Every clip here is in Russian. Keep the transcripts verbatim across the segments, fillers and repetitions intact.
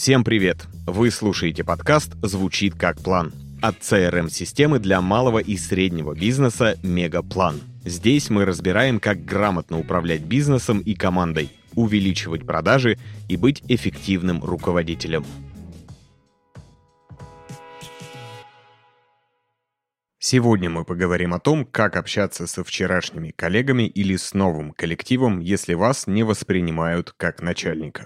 Всем привет! Вы слушаете подкаст «Звучит как план» от си ар эм-системы для малого и среднего бизнеса «Мегаплан». Здесь мы разбираем, как грамотно управлять бизнесом и командой, увеличивать продажи и быть эффективным руководителем. Сегодня мы поговорим о том, как общаться со вчерашними коллегами или с новым коллективом, если вас не воспринимают как начальника.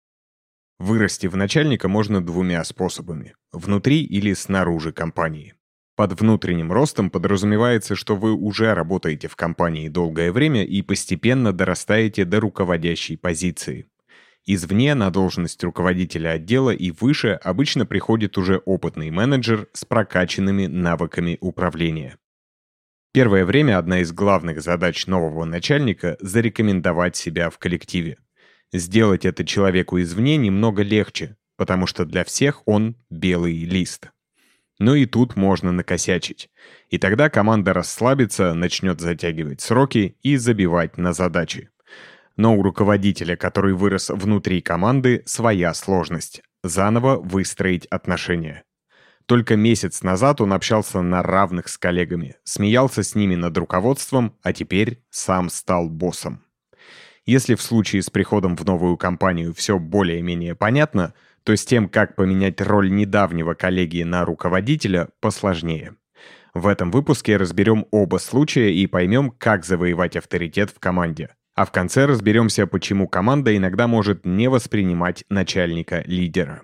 Вырасти в начальника можно двумя способами – внутри или снаружи компании. Под внутренним ростом подразумевается, что вы уже работаете в компании долгое время и постепенно дорастаете до руководящей позиции. Извне на должность руководителя отдела и выше обычно приходит уже опытный менеджер с прокачанными навыками управления. Первое время одна из главных задач нового начальника – зарекомендовать себя в коллективе. Сделать это человеку извне немного легче, потому что для всех он белый лист. Но и тут можно накосячить. И тогда команда расслабится, начнет затягивать сроки и забивать на задачи. Но у руководителя, который вырос внутри команды, своя сложность – заново выстроить отношения. Только месяц назад он общался на равных с коллегами, смеялся с ними над руководством, а теперь сам стал боссом. Если в случае с приходом в новую компанию все более-менее понятно, то с тем, как поменять роль недавнего коллеги на руководителя, посложнее. В этом выпуске разберем оба случая и поймем, как завоевать авторитет в команде. А в конце разберемся, почему команда иногда может не воспринимать начальника-лидера.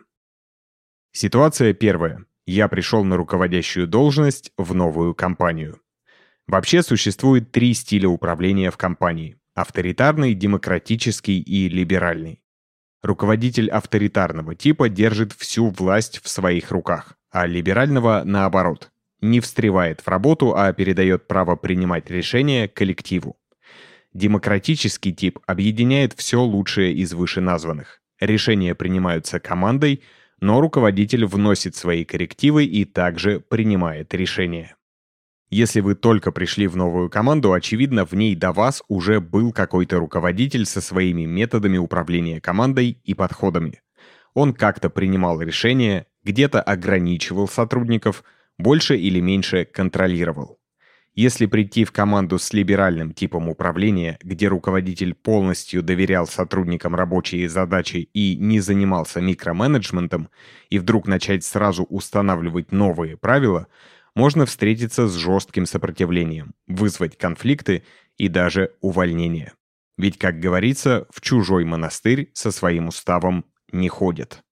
Ситуация первая. Я пришел на руководящую должность в новую компанию. Вообще существует три стиля управления в компании. Авторитарный, демократический и либеральный. Руководитель авторитарного типа держит всю власть в своих руках, а либерального, наоборот, не встревает в работу, а передает право принимать решения коллективу. Демократический тип объединяет все лучшее из вышеназванных. Решения принимаются командой, но руководитель вносит свои коррективы и также принимает решения. Если вы только пришли в новую команду, очевидно, в ней до вас уже был какой-то руководитель со своими методами управления командой и подходами. Он как-то принимал решения, где-то ограничивал сотрудников, больше или меньше контролировал. Если прийти в команду с либеральным типом управления, где руководитель полностью доверял сотрудникам рабочие задачи и не занимался микроменеджментом, и вдруг начать сразу устанавливать новые правила, можно встретиться с жестким сопротивлением, вызвать конфликты и даже увольнение. Ведь, как говорится, в чужой монастырь со своим уставом не ходят.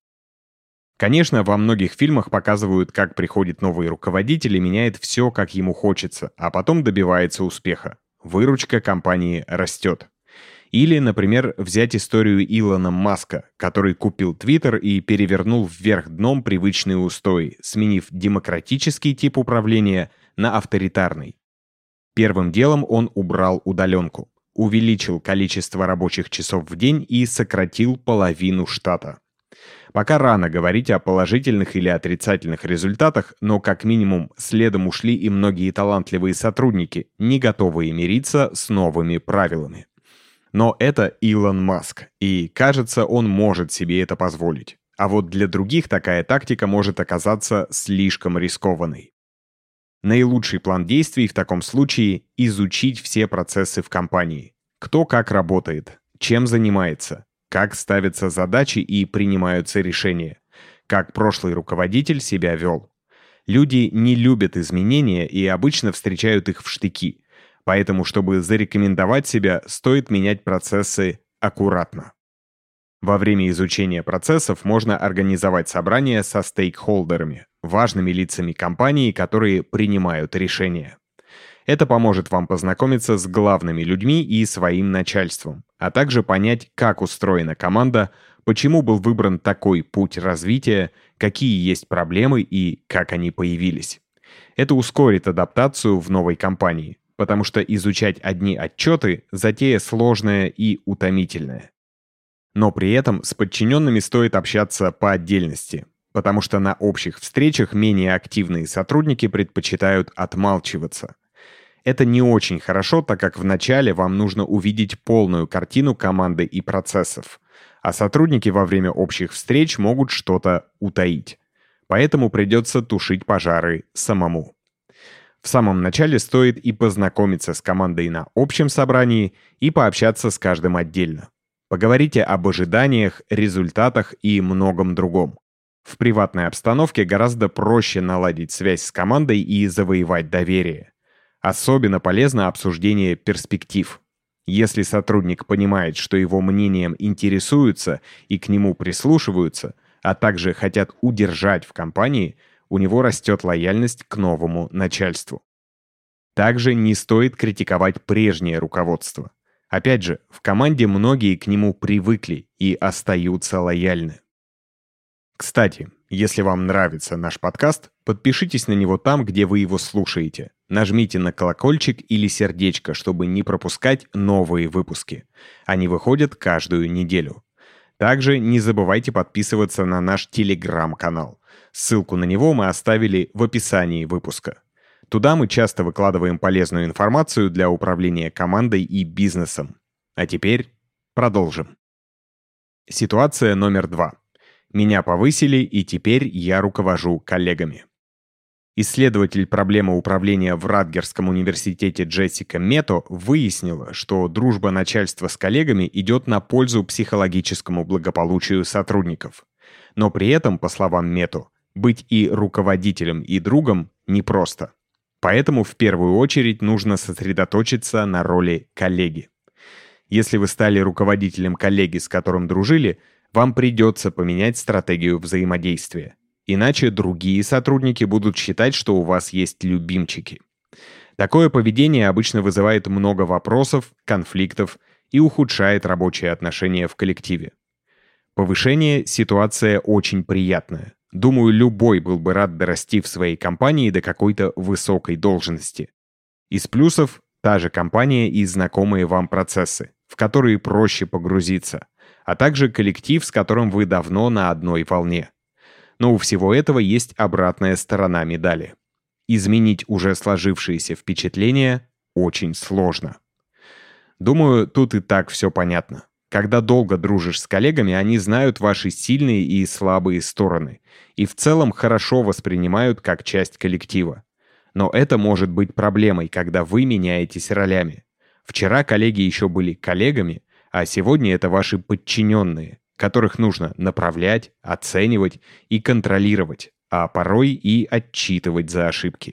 Конечно, во многих фильмах показывают, как приходит новый руководитель и меняет все, как ему хочется, а потом добивается успеха. Выручка компании растет. Или, например, взять историю Илона Маска, который купил Twitter и перевернул вверх дном привычные устои, сменив демократический тип управления на авторитарный. Первым делом он убрал удаленку, увеличил количество рабочих часов в день и сократил половину штата. Пока рано говорить о положительных или отрицательных результатах, но как минимум следом ушли и многие талантливые сотрудники, не готовые мириться с новыми правилами. Но это Илон Маск, и, кажется, он может себе это позволить. А вот для других такая тактика может оказаться слишком рискованной. Наилучший план действий в таком случае – изучить все процессы в компании. Кто как работает, чем занимается, как ставятся задачи и принимаются решения, как прошлый руководитель себя вел. Люди не любят изменения и обычно встречают их в штыки. Поэтому, чтобы зарекомендовать себя, стоит менять процессы аккуратно. Во время изучения процессов можно организовать собрания со стейкхолдерами, важными лицами компании, которые принимают решения. Это поможет вам познакомиться с главными людьми и своим начальством, а также понять, как устроена команда, почему был выбран такой путь развития, какие есть проблемы и как они появились. Это ускорит адаптацию в новой компании, потому что изучать одни отчеты – затея сложная и утомительная. Но при этом с подчиненными стоит общаться по отдельности, потому что на общих встречах менее активные сотрудники предпочитают отмалчиваться. Это не очень хорошо, так как вначале вам нужно увидеть полную картину команды и процессов. а сотрудники во время общих встреч могут что-то утаить. Поэтому придется тушить пожары самому. В самом начале стоит и познакомиться с командой на общем собрании, и пообщаться с каждым отдельно. Поговорите об ожиданиях, результатах и многом другом. В приватной обстановке гораздо проще наладить связь с командой и завоевать доверие. Особенно полезно обсуждение перспектив. Если сотрудник понимает, что его мнением интересуются и к нему прислушиваются, а также хотят удержать в компании, у него растет лояльность к новому начальству. Также не стоит критиковать прежнее руководство. Опять же, в команде многие к нему привыкли и остаются лояльны. Кстати, если вам нравится наш подкаст, подпишитесь на него там, где вы его слушаете. Нажмите на колокольчик или сердечко, чтобы не пропускать новые выпуски. Они выходят каждую неделю. Также не забывайте подписываться на наш телеграм-канал. Ссылку на него мы оставили в описании выпуска. Туда мы часто выкладываем полезную информацию для управления командой и бизнесом. А теперь продолжим. Ситуация номер два. Меня повысили, и теперь я руковожу коллегами. Исследователь проблемы управления в Радгерском университете Джессика Мето выяснила, что дружба начальства с коллегами идет на пользу психологическому благополучию сотрудников. Но при этом, по словам Мето, быть и руководителем, и другом непросто. Поэтому в первую очередь нужно сосредоточиться на роли коллеги. Если вы стали руководителем коллеги, с которым дружили, вам придется поменять стратегию взаимодействия. Иначе другие сотрудники будут считать, что у вас есть любимчики. Такое поведение обычно вызывает много вопросов, конфликтов и ухудшает рабочие отношения в коллективе. Повышение – ситуация очень приятная. Думаю, любой был бы рад дорасти в своей компании до какой-то высокой должности. Из плюсов – та же компания и знакомые вам процессы, в которые проще погрузиться, а также коллектив, с которым вы давно на одной волне. Но у всего этого есть обратная сторона медали. Изменить уже сложившиеся впечатления очень сложно. Думаю, тут и так все понятно. Когда долго дружишь с коллегами, они знают ваши сильные и слабые стороны и в целом хорошо воспринимают как часть коллектива. Но это может быть проблемой, когда вы меняетесь ролями. Вчера коллеги еще были коллегами, а сегодня это ваши подчиненные, которых нужно направлять, оценивать и контролировать, а порой и отчитывать за ошибки.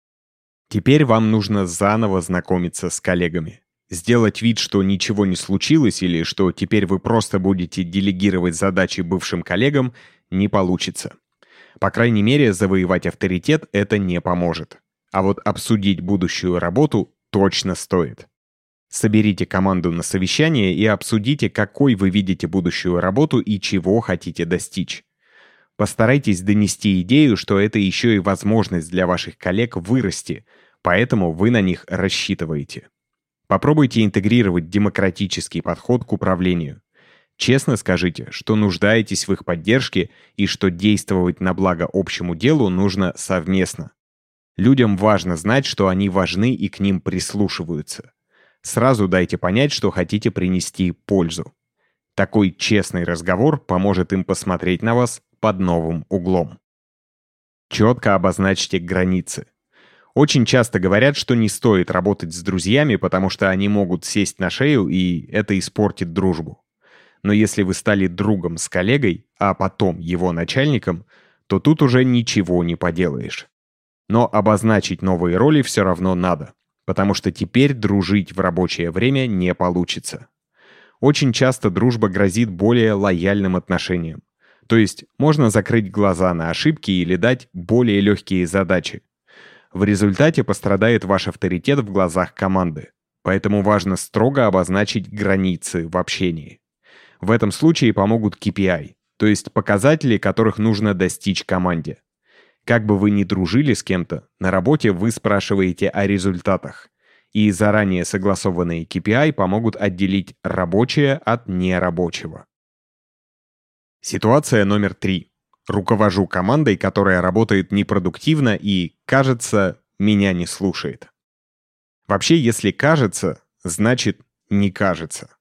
Теперь вам нужно заново знакомиться с коллегами. Сделать вид, что ничего не случилось или что теперь вы просто будете делегировать задачи бывшим коллегам, не получится. По крайней мере, завоевать авторитет это не поможет. А вот обсудить будущую работу точно стоит. Соберите команду на совещание и обсудите, какой вы видите будущую работу и чего хотите достичь. Постарайтесь донести идею, что это еще и возможность для ваших коллег вырасти, поэтому вы на них рассчитываете. Попробуйте интегрировать демократический подход к управлению. Честно скажите, что нуждаетесь в их поддержке и что действовать на благо общему делу нужно совместно. Людям важно знать, что они важны и к ним прислушиваются. Сразу дайте понять, что хотите принести пользу. Такой честный разговор поможет им посмотреть на вас под новым углом. Четко обозначьте границы. Очень часто говорят, что не стоит работать с друзьями, потому что они могут сесть на шею, и это испортит дружбу. Но если вы стали другом с коллегой, а потом его начальником, то тут уже ничего не поделаешь. Но обозначить новые роли все равно надо, потому что теперь дружить в рабочее время не получится. Очень часто дружба грозит более лояльным отношением. То есть можно закрыть глаза на ошибки или дать более легкие задачи. В результате пострадает ваш авторитет в глазах команды. Поэтому важно строго обозначить границы в общении. В этом случае помогут кей пи ай, то есть показатели, которых нужно достичь команде. Как бы вы ни дружили с кем-то, на работе вы спрашиваете о результатах. И заранее согласованные кей пи ай помогут отделить рабочее от нерабочего. Ситуация номер три. Руковожу командой, которая работает непродуктивно и, кажется, меня не слушает. Вообще, если кажется, значит не кажется.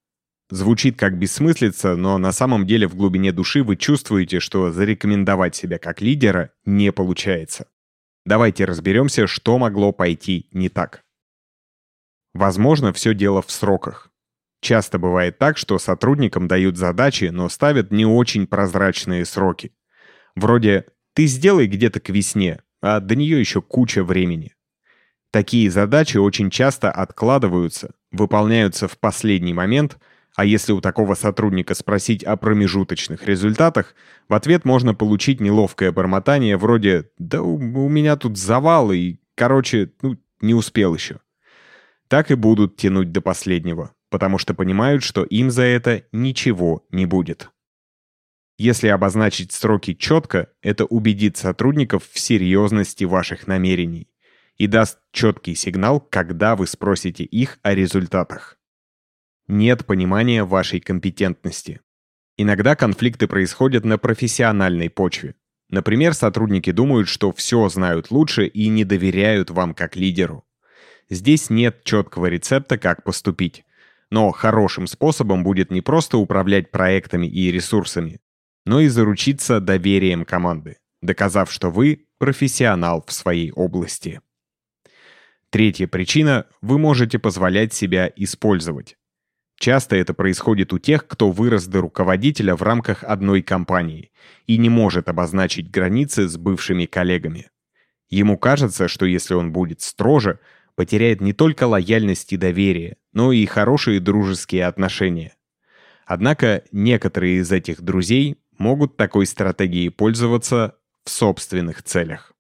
Звучит как бессмыслица, но на самом деле в глубине души вы чувствуете, что зарекомендовать себя как лидера не получается. Давайте разберемся, что могло пойти не так. Возможно, все дело в сроках. Часто бывает так, что сотрудникам дают задачи, но ставят не очень прозрачные сроки. Вроде «ты сделай где-то к весне», а до нее еще куча времени. Такие задачи очень часто откладываются, выполняются в последний момент, а если у такого сотрудника спросить о промежуточных результатах, в ответ можно получить неловкое бормотание вроде «да у, у меня тут завал и, короче, ну, не успел еще». Так и будут тянуть до последнего, потому что понимают, что им за это ничего не будет. Если обозначить сроки четко, это убедит сотрудников в серьезности ваших намерений и даст четкий сигнал, когда вы спросите их о результатах. Нет понимания вашей компетентности. Иногда конфликты происходят на профессиональной почве. Например, сотрудники думают, что все знают лучше и не доверяют вам как лидеру. Здесь нет четкого рецепта, как поступить. Но хорошим способом будет не просто управлять проектами и ресурсами, но и заручиться доверием команды, доказав, что вы профессионал в своей области. Третья причина – вы можете позволять себя использовать. Часто это происходит у тех, кто вырос до руководителя в рамках одной компании и не может обозначить границы с бывшими коллегами. Ему кажется, что если он будет строже, потеряет не только лояльность и доверие, но и хорошие дружеские отношения. Однако некоторые из этих друзей могут такой стратегией пользоваться в собственных целях.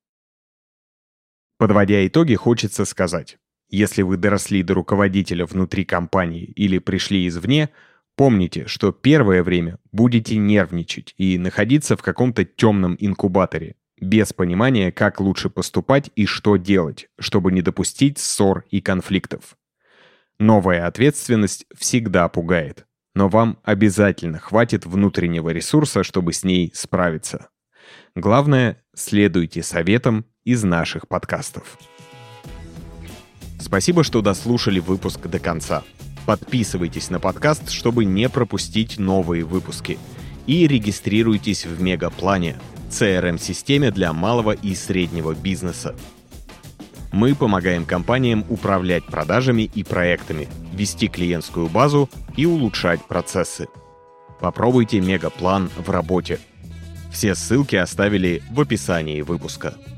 Подводя итоги, хочется сказать, если вы доросли до руководителя внутри компании или пришли извне, помните, что первое время будете нервничать и находиться в каком-то темном инкубаторе, без понимания, как лучше поступать и что делать, чтобы не допустить ссор и конфликтов. Новая ответственность всегда пугает, но вам обязательно хватит внутреннего ресурса, чтобы с ней справиться. Главное, следуйте советам из наших подкастов. Спасибо, что дослушали выпуск до конца. Подписывайтесь на подкаст, чтобы не пропустить новые выпуски. И регистрируйтесь в Мегаплане, си ар эм-системе для малого и среднего бизнеса. Мы помогаем компаниям управлять продажами и проектами, вести клиентскую базу и улучшать процессы. Попробуйте Мегаплан в работе. Все ссылки оставили в описании выпуска.